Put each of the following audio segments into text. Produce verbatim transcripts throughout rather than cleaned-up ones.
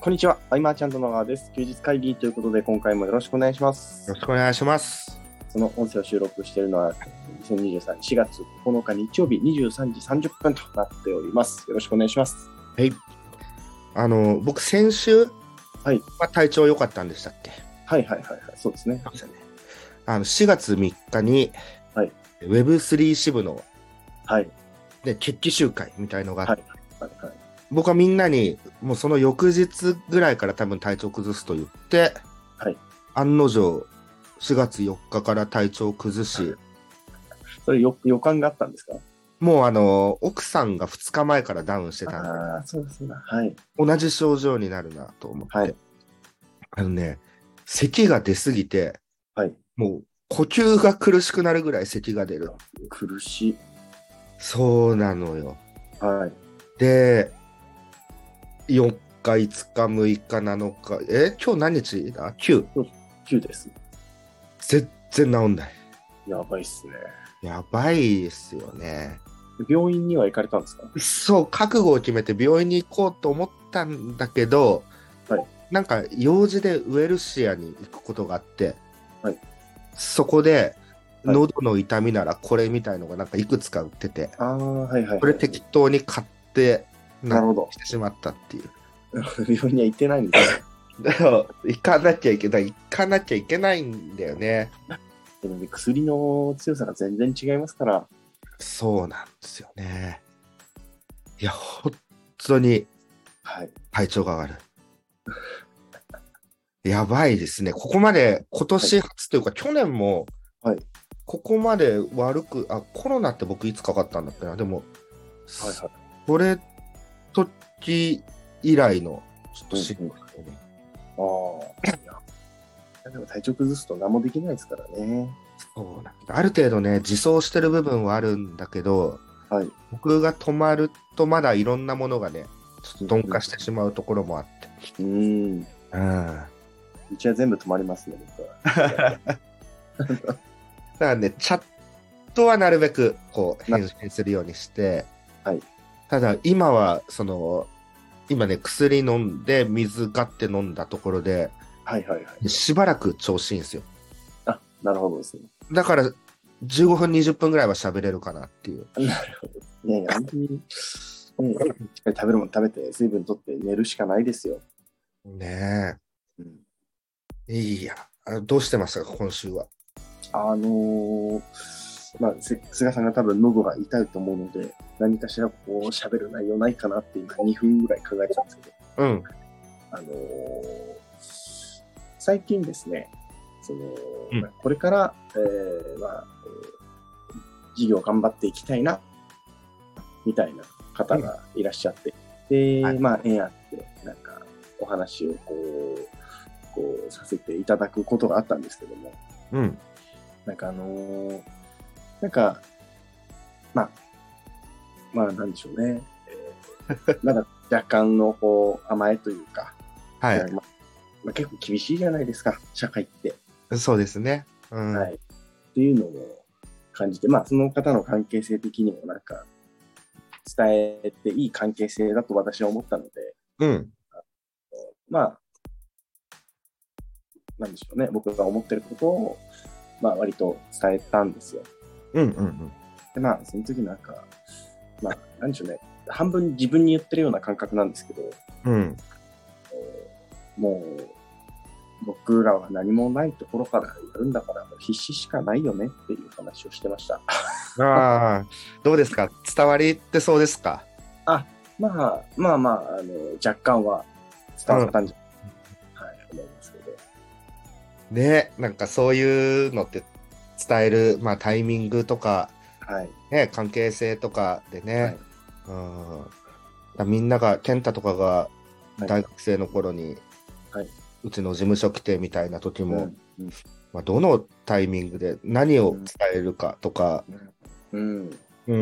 こんにちは、アイマーちゃんと野川です。休日会議ということで、今回もよろしくお願いします。 よろしくお願いします。 その音声を収録しているのは、にせんにじゅうさんねんしがつここのか日曜日にじゅうさんじさんじゅっぷんとなっております。よろしくお願いします。 はい。あの、僕、先週はい。 は体調良かったんでしたっけ？ はいはいはいはい、そうですね。 そうですね。あの、しがつみっかに、 はい。 ウェブスリー 支部の、 はい。 ね、決起集会みたいのがあって、 はいはいはい。 僕はみんなに、もうその翌日ぐらいから多分体調崩すと言って、 はい。 案の定、しがつよっかから体調を崩し、 それよ予感があったんですか？ もうあの、奥さんがふつかまえからダウンしてたんで、 ああ、そうですね。はい。 同じ症状になるなと思って、 はい。 あのね、咳が出すぎて、 はい。 もう呼吸が苦しくなるぐらい咳が出る。 苦しい。 そうなのよ。 はい。 で、よっか、いつか、むいか、なのか、え、今日何日だ？ きゅう。 きゅうです。 全然治んない。 やばいっすね。 やばいですよね。 病院には行かれたんですか？ そう、覚悟を決めて病院に行こうと思ったんだけど、 はい。 なんか用事でウエルシアに行くことがあって、 はい。 そこではい。 喉の痛みならこれみたいのがなんかいくつか売ってて、 ああ、はいはいはい。 これ適当に買ってなっなるほど。 てしまったっていう。 病院には行ってないんですね。 だから行かなきゃいけない、行かなきゃいけないんだよね。 でもね、薬の強さが全然違いますから。 そうなんですよね。いや、本当にはい。 体調が上がる。やばいですね。ここまで今年初というか、はい、去年も、 はい。 ここまで悪く、あ、コロナって僕いつかかったんだっけな。でも、 はいはい。 これ時以来のちょっとしんどいね。 うんうん、ああ。いや、でも体調崩すと何もできないですからね。 そうなんだ。ある程度ね、自走してる部分はあるんだけど、 はい。 僕が止まるとまだいろんなものがね、ちょっと鈍化してしまうところもあって。 うん。 うん。 うちは全部止まりますね、僕は。 だからね、チャットはなるべくこう返信するようにして、 はい。 ただ今はその今ね薬飲んで水がって飲んだところで、 はいはいはい。 しばらく調子いいんですよ。 あ、なるほどですね。 だからじゅうごふんにじゅっぷんぐらいは喋れるかなっていう。 なるほど。ねえ、本当に、ね、食べるもの食べて水分取って寝るしかないですよ。 ねうん、 え。いや、どうしてましたか今週は。 あのー、まあ、菅さんが多分喉が痛いと思うので、何かしらこう喋る内容ないかなって今にふんぐらい考えてたんですけど、 うん。 あのー、最近ですね、その、うん、これから、えーまあえー、事業頑張っていきたいなみたいな方がいらっしゃって、うん、で、はい、まあ縁あってなんかお話をこうこうさせていただくことがあったんですけども、 うん、 なんかあのー、なんかまあまあなんでしょうね、えー、まだ若干のこう甘えというか、 はい、 まあまあ、結構厳しいじゃないですか社会って。 そうですね。うん、 はい。っていうのを感じて、まあその方の関係性的にもなんか伝えていい関係性だと私は思ったので、 うん、 まあなんでしょうね、僕が思ってることをまあ割と伝えたんですよ。 うんうんうん。 でまあその時なんかまあなんでしょうね、半分自分に言ってるような感覚なんですけど、 うん、 もう僕らは何もないところからやるんだからもう必死しかないよねっていう話をしてました。 ああ、どうですか？伝わりってそうですか？ あ、まあまあまあ、あの若干は伝わったんじゃ、うん、はい、思いますけど。 ね、なんかそういうのって伝える、まあ、タイミングとか、 はいね、関係性とかでね、はい、うん、みんなが健太とかが大学生の頃に、はい、うちの事務所来てみたいな時も、うんうん、まあ、どのタイミングで何を伝えるかとか、 うんうん、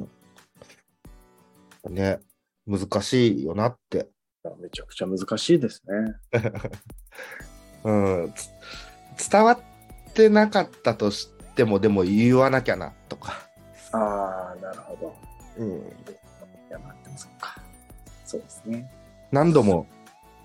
うん、ね、難しいよなって。 めちゃくちゃ難しいですね。 うん、伝わってなかったとしてもでも言わなきゃなとか。 ああ、なるほど。 うん。いや、まあ、でもそっか。そうですね。 何度も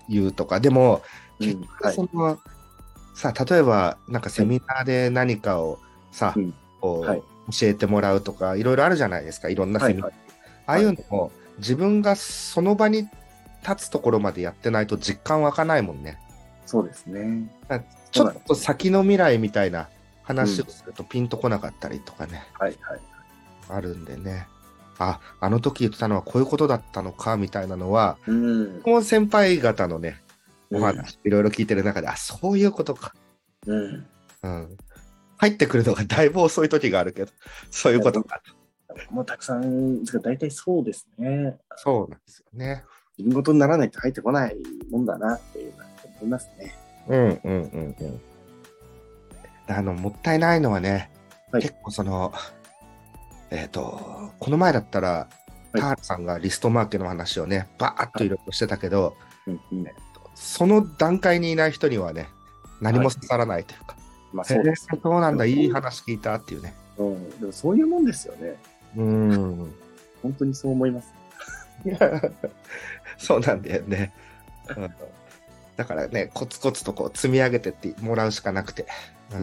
言うとか、でも、結うん局その、はい、さあ、例えば、なんかセミナーで何かをさ、うんこうはい、教えてもらうとか、いろいろあるじゃないですか、いろんなセミナー。はいはい、ああいうのも、自分がその場に立つところまでやってないと実感湧かないもんね。 そうですね。 ちょっと先の未来みたいな話をするとピンとこなかったりとかね。 うん、はいはい。 あるんでね。あ、あの時言ってたのはこういうことだったのかみたいなのは、うん、この先輩方のね、お話、いろいろ聞いてる中で、あ、そういうことか。うん。うん。入ってくるのがだいぶ遅い時があるけど、そういうことか。 もうたくさん、大体そうですね。 そうなんですよね。 自分事にならないと入ってこないもんだなっていうのは思いますね。 うんうんうんうん。あの、もったいないのはね、はい、結構その、えっと、この前だったら、はい、タールさんがリストマーケの話をね、バーッといろいろしてたけど、はいうんうん、その段階にいない人にはね、何も刺さらないというか、はいまあ、そうです。えー、そうなんだ、いい話聞いたっていうね。 うん、でもそういうもんですよね。うん。本当にそう思います。 そうなんだよね。うん、だからね、コツコツとこう積み上げてってもらうしかなくて。うん。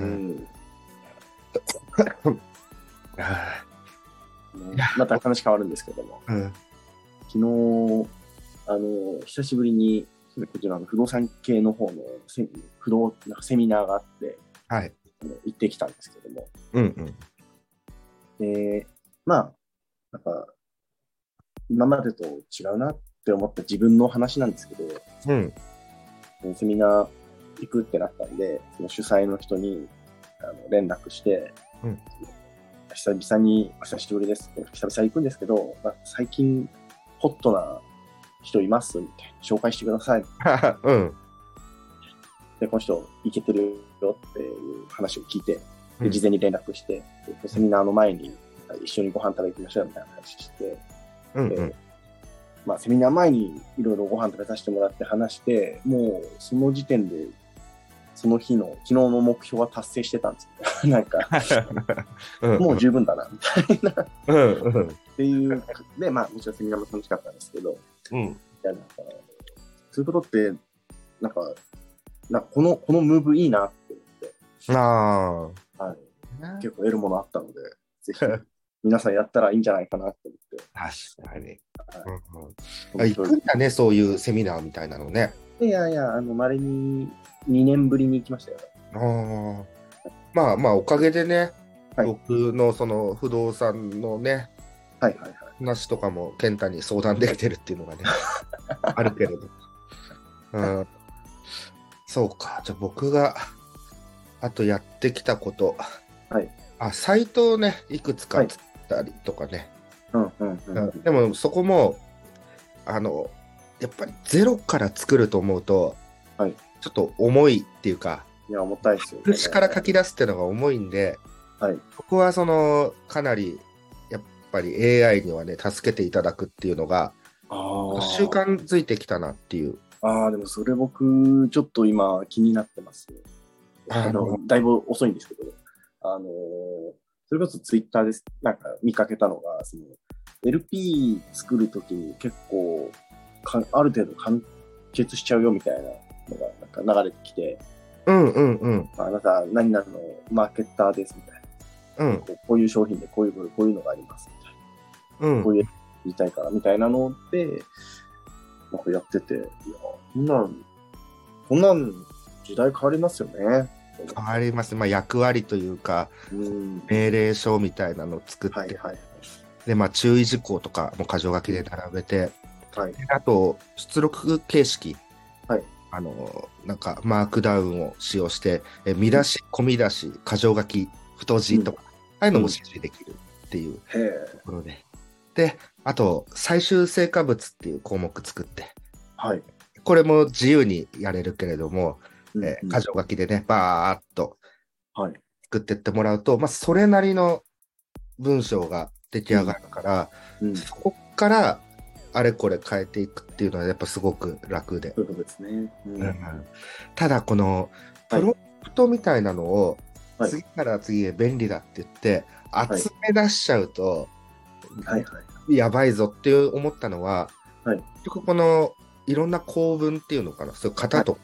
うん、また話変わるんですけども、うん、昨日、あの、久しぶりに、こちらの不動産系の方のセ不動セミナーがあって、はい、行ってきたんですけども、うんうん、で、まあ、なんか、今までと違うなって思った自分の話なんですけど、うん、セミナー行くってなったんで、その主催の人にあの連絡して、うん、久々にお久しぶりです。久々行くんですけど、まあ、最近ホットな人いますみたいな。紹介してください。うん、で、この人行けてるよっていう話を聞いて、で事前に連絡して、うん、セミナーの前に一緒にご飯食べてみましょうみたいな話して、うんうんまあ、セミナー前にいろいろご飯食べさせてもらって話して、もうその時点でその日の、昨日の目標は達成してたんですよ。なんか、うんうん、もう十分だな、みたいな。うんうん、っていう、で、まあ、もちろんセミナーも楽しかったんですけど、うん、いやなんかそういうことって、なんか、なんかこの、このムーブいいなって思って、あはい、結構得るものあったので、ぜひ、皆さんやったらいいんじゃないかなって思って。 確かに。はいうんうん、行くんだね、そういうセミナーみたいなのね。 いやいや、あの、まれににねんぶりに行きましたよ。 あまあまあ、おかげでね、はい、僕のその不動産のね、はいはいはい、話とかも健太に相談できてるっていうのがね、あるけれど。うん、そうか、じゃあ僕が、あとやってきたこと、はい、あ、サイトをね、いくつか作ったりとかね。はいうんうんうん、でもそこも、あの、やっぱりゼロから作ると思うと、はい、ちょっと重いっていうか、 いや、重たいですよね。 口から書き出すっていうのが重いんで、はい、ここはその、かなり、やっぱり エーアイ にはね、助けていただくっていうのが、習慣づいてきたなっていう。 ああ、でもそれ僕、ちょっと今気になってます。あの、だいぶ遅いんですけど、あの、それこそツイッターでなんか見かけたのが、その、エルピー 作るときに結構か、ある程度完結しちゃうよみたいなのがなんか流れてきて、 うんうんうん。 あなた、何々のマーケッターですみたいな。うん。こう、こういう商品でこういう、こういうのがありますみたいな。うん。こういう言いたいからみたいなので、なんかやってて、いや、こんなん、こんなん時代変わりますよね。 変わります。まあ役割というか、うん、命令書みたいなのを作って、はいはいはい、で、まあ注意事項とかも箇条書きで並べて、はい、あと、出力形式。はい。あの、なんか、マークダウンを使用して、え見出し、込み出し、箇条書き、太字とか、うん、ああいうのも指示できるっていうところで。うん、で、あと、最終成果物っていう項目作って、はい。これも自由にやれるけれども、うんうん、えー、箇条書きでね、バーっと作ってってもらうと、はい、まあ、それなりの文章が出来上がるから、うんうん、そこから、あれこれ変えていくっていうのはやっぱすごく楽で。 そうですね。うんうん、 ただこのプロンプトみたいなのを次から次へ便利だって言って集め出しちゃうとやばいぞって思ったのは、はい、結局このいろんな構文っていうのかな、そういう型と、はい、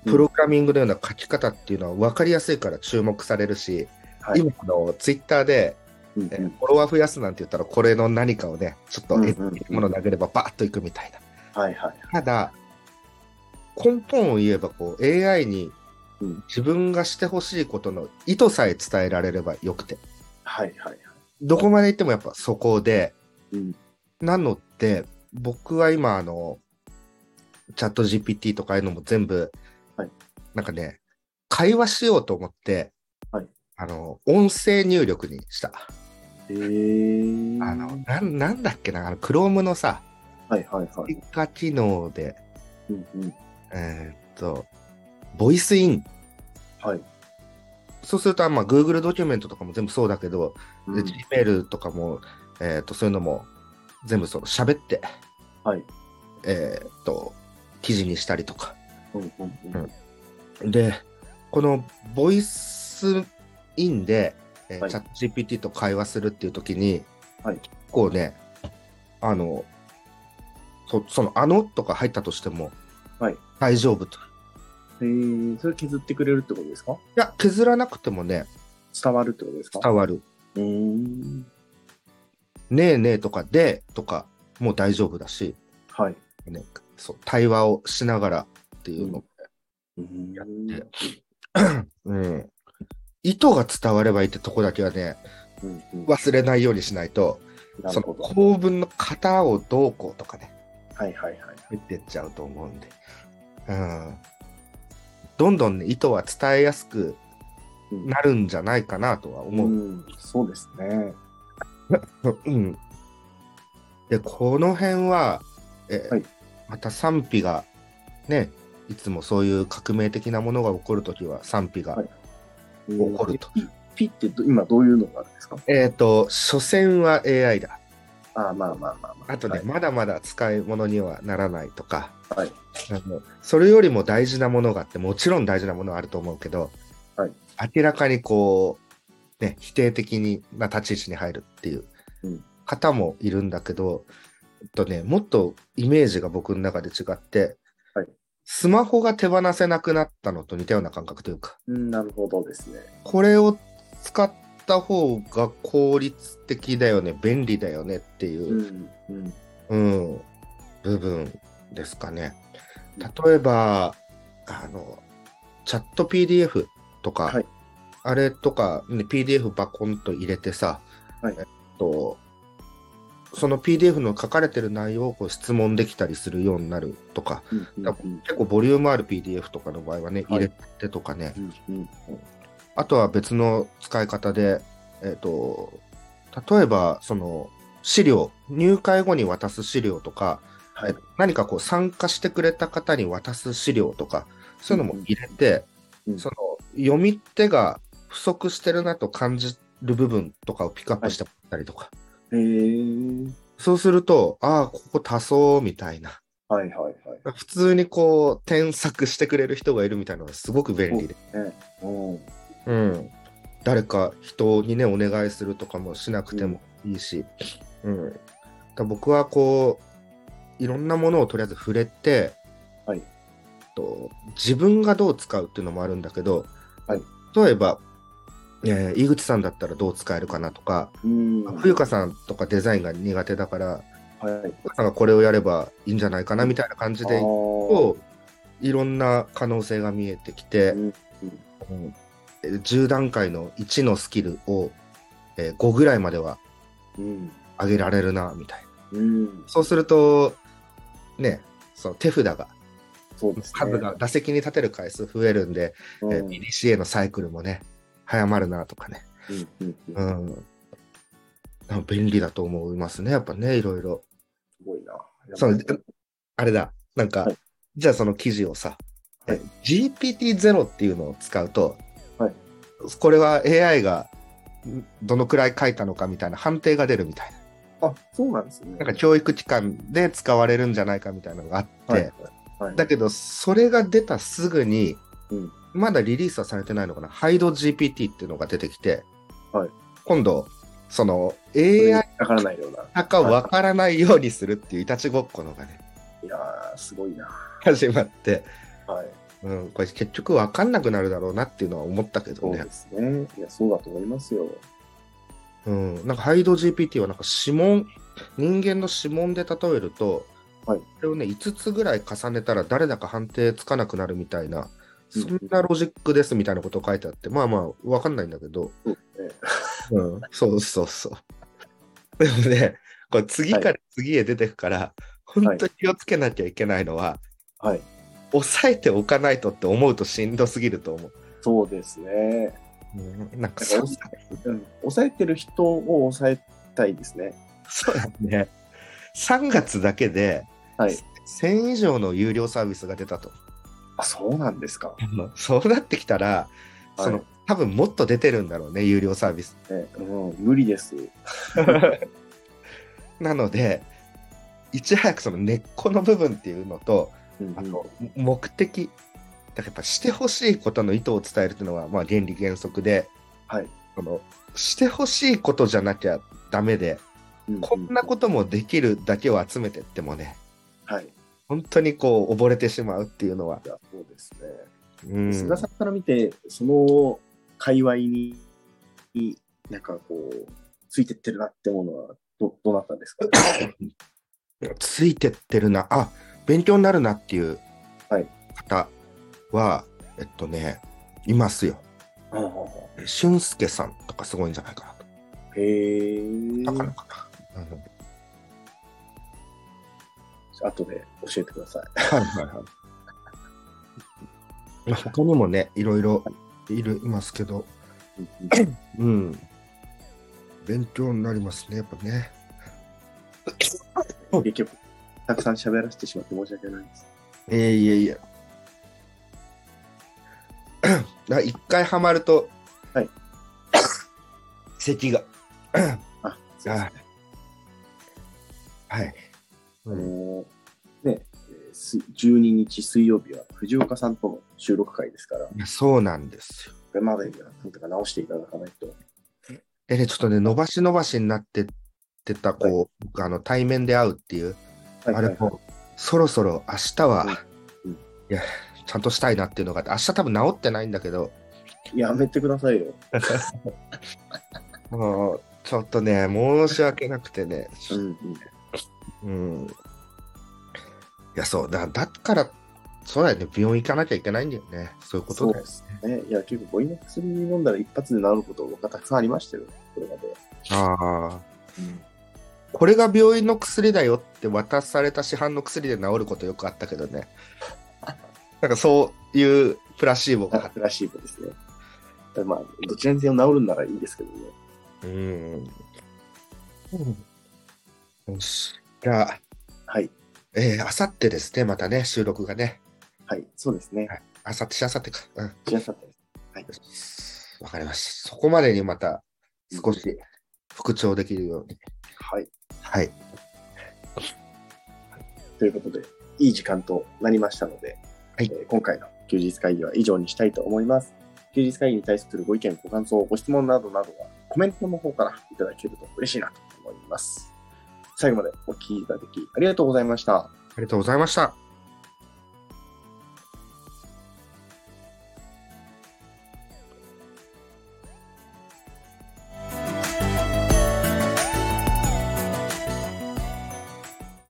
プログラミングのような書き方っていうのは分かりやすいから注目されるし、はい、今のツイッターで、うんうん、えフォロワー増やすなんて言ったら、これの何かをね、ちょっとえもの投げればバーッといくみたいな。はいはい、ただ、根本を言えばこう エーアイ に自分がしてほしいことの意図さえ伝えられればよくて、はいはいはい、どこまで行ってもやっぱそこで、うん、なので僕は今あのチャット ジーピーティー とかいうのも全部、はい、なんかね会話しようと思って、はい、あの音声入力にした。へー、あの な, なんだっけな、あの Chrome のさ、はいはいはい、追加機能で、うんうん、えー、っとボイスイン、はい、そうすると、まあ、Google ドキュメントとかも全部そうだけど、うん、Gmail とかも、えー、っとそういうのも全部その喋って、はい、えー、っと記事にしたりとか、うんうんうん、でこのボイスインで、えーはい、チャット ジーピーティー と会話するっていう時に、はい、結構ねあの そ, そのあのとか入ったとしても、はい、大丈夫と。 えー、それ削ってくれるってことですか？いや、削らなくてもね、 伝わるってことですか？ 伝わる。うーん、ねえねえとかでとかもう大丈夫だし、はいね、そう対話をしながらっていうのをやって、うんうん、意図が伝わればいいってとこだけはね、うんうん、忘れないようにしないと、その構文の型をどうこうとかね、はいはいはい、入ってっちゃうと思うんで、うん、どんどん、ね、意図は伝えやすくなるんじゃないかなとは思う。うん、 そうですね。 うん、でこの辺は、えーはい、また賛否がね、いつもそういう革命的なものが起こるときは賛否が起こると。 はい、ピって今どういうのがあるんですか？ えっと、所詮は エーアイ だ。 ああ、まあまあまあまあ。 あとね、 はい、 まだまだ使い物にはならないとか、はい、あのそれよりも大事なものがあって、もちろん大事なものはあると思うけど、はい、明らかにこう、ね、否定的な立ち位置に入るっていう方もいるんだけど、えっとね、もっとイメージが僕の中で違って、はい、スマホが手放せなくなったのと似たような感覚というか、 うん、なるほどですね。 これを使った方が効率的だよね、便利だよねっていう、うんうんうん、部分ですかね。例えばあのチャット ピーディーエフ とか、はい、あれとか、ね、ピーディーエフ バコンと入れてさ、はい、えっと、その ピーディーエフ の書かれてる内容をこう質問できたりするようになるとか、うんうんうん、結構ボリュームある ピーディーエフ とかの場合はね、はい、入れてとかね、うんうんうん、あとは別の使い方で、えっと、例えばその資料、入会後に渡す資料とか、はい、何かこう参加してくれた方に渡す資料とか、そういうのも入れて、うんうん、その読み手が不足してるなと感じる部分とかをピックアップしてもらったりとか、はい、へー、そうすると、ああ、ここ足そうみたいな、はいはいはい、普通にこう添削してくれる人がいるみたいなのがすごく便利で、ね、うん、誰か人にねお願いするとかもしなくてもいいし、うんうん、だ僕はこういろんなものをとりあえず触れて、はい、と自分がどう使うっていうのもあるんだけど、はい、例えば、えー、井口さんだったらどう使えるかなとか、冬香さんとかデザインが苦手だから、はい、冬香さんがこれをやればいいんじゃないかなみたいな感じで、こういろんな可能性が見えてきて、うんうん、じゅう段階のいちのスキルを、えー、ごぐらいまでは上げられるなみたいな、うん、そうするとね、その手札が、そうですね、数が打席に立てる回数増えるんで、うん、えー、ピーディーシーエー のサイクルもね早まるなとかね、うんうんうん、便利だと思いますね、やっぱね、いろいろ。すごいな。そのあれだ、なんか、はい、じゃあその記事をさ、はい、ジーピーティーゼロ っていうのを使うと、はい、これは エーアイ がどのくらい書いたのかみたいな判定が出るみたいな。 あ、そうなんですね。 なんか教育機関で使われるんじゃないかみたいなのがあって、はいはいはい、だけどそれが出たすぐに、うん、まだリリースはされてないのかな、ハイド ジーピーティー っていうのが出てきて、はい、今度その エーアイ かわからないようなかわからないようにするっていういたちごっこのがね、いやー、すごいな。 始まって、 はい。 うん、これ結局分かんなくなるだろうなっていうのは思ったけどね。 そうですね。いや、そうだと思いますよ。 うん、なんかハイド ジーピーティー はなんか指紋、人間の指紋で例えると、 はい、 これをね、いつつぐらい重ねたら誰だか判定つかなくなるみたいな、そんなロジックですみたいなことを書いてあって、まあまあ、分かんないんだけど、 うんうん、そうそうそう。でもね、これ次から次へ出てくから、はい、本当に気をつけなきゃいけないのは、はい、抑えておかないとって思うとしんどすぎると思う。 そうですね。 うん、なんかそう、 うん、抑えてる人を抑えたいですね。 そうだね。さんがつだけで、はい、せん以上の有料サービスが出たと。 あ、そうなんですか。 そうなってきたら、その、はい、多分もっと出てるんだろうね、有料サービス。 えうん、無理です。 なので、いち早くその根っこの部分っていうのと、うんうん、あと目的、だからやっぱしてほしいことの意図を伝えるというのは、まあ、原理原則で、はい、そのしてほしいことじゃなきゃダメで、うんうん、こんなこともできるだけを集めてってもね、はい、本当にこう溺れてしまうっていうのは。 いや、そうですね。うん、菅さんから見て、その界隈になんかこうついてってるなってものは ど, どうなったんですか？ ついてってるな、あ、勉強になるなっていう方は、はい、えっとね、いますよ。俊介さんとかすごいんじゃないかなと。 へえ。 なかなかな。うん、 後で教えてください。 はいはいはい。他にもね、いろいろいるいますけど、うん、勉強になりますね、やっぱね。 結局、たくさん喋らせてしまって申し訳ないです。 えー、いえいえ。一回ハマると、はい、咳が。 あ、そうですね。 はい。 あのー、ね、じゅうににち水曜日は藤岡さんとの収録会ですから。 そうなんですよ。 これまでにはなんとか直していただかないと。 でね、ちょっとね、伸ばし伸ばしになってってた、こう、はい、あの対面で会うっていう、はいはいはい、あれも、そろそろ明日は、うんうん、いや、ちゃんとしたいなっていうのがあって、明日多分治ってないんだけど。 やめてくださいよ。 もう、ちょっとね、申し訳なくてね。うん、うんうん。いや、そう、だ、だから、そうだよね、病院行かなきゃいけないんだよね。そういうことだよね。 そうですね。いや、結構、母音の薬飲んだら一発で治ることがたくさんありましたよ、これまで。 ああ、うん。これが病院の薬だよって渡された市販の薬で治ることよくあったけどね。なんかそういうプラシーボが。 プラシーボですね。まあ、どちらにせよ治るんならいいですけどね。 うん。うん、よし。じゃあ、はい。えー、あさってですね、またね、収録がね。 はい、そうですね。 あさって、しあさってか。うん。 しあさってです。はい。 わかりました。そこまでにまた少し復調できるように。 はい。 はい。 ということで、いい時間となりましたので、はい、えー、今回の休日会議は以上にしたいと思います。休日会議に対するご意見、ご感想、ご質問などなどはコメントの方からいただけると嬉しいなと思います。最後までお聞きいただきありがとうございました。 ありがとうございました。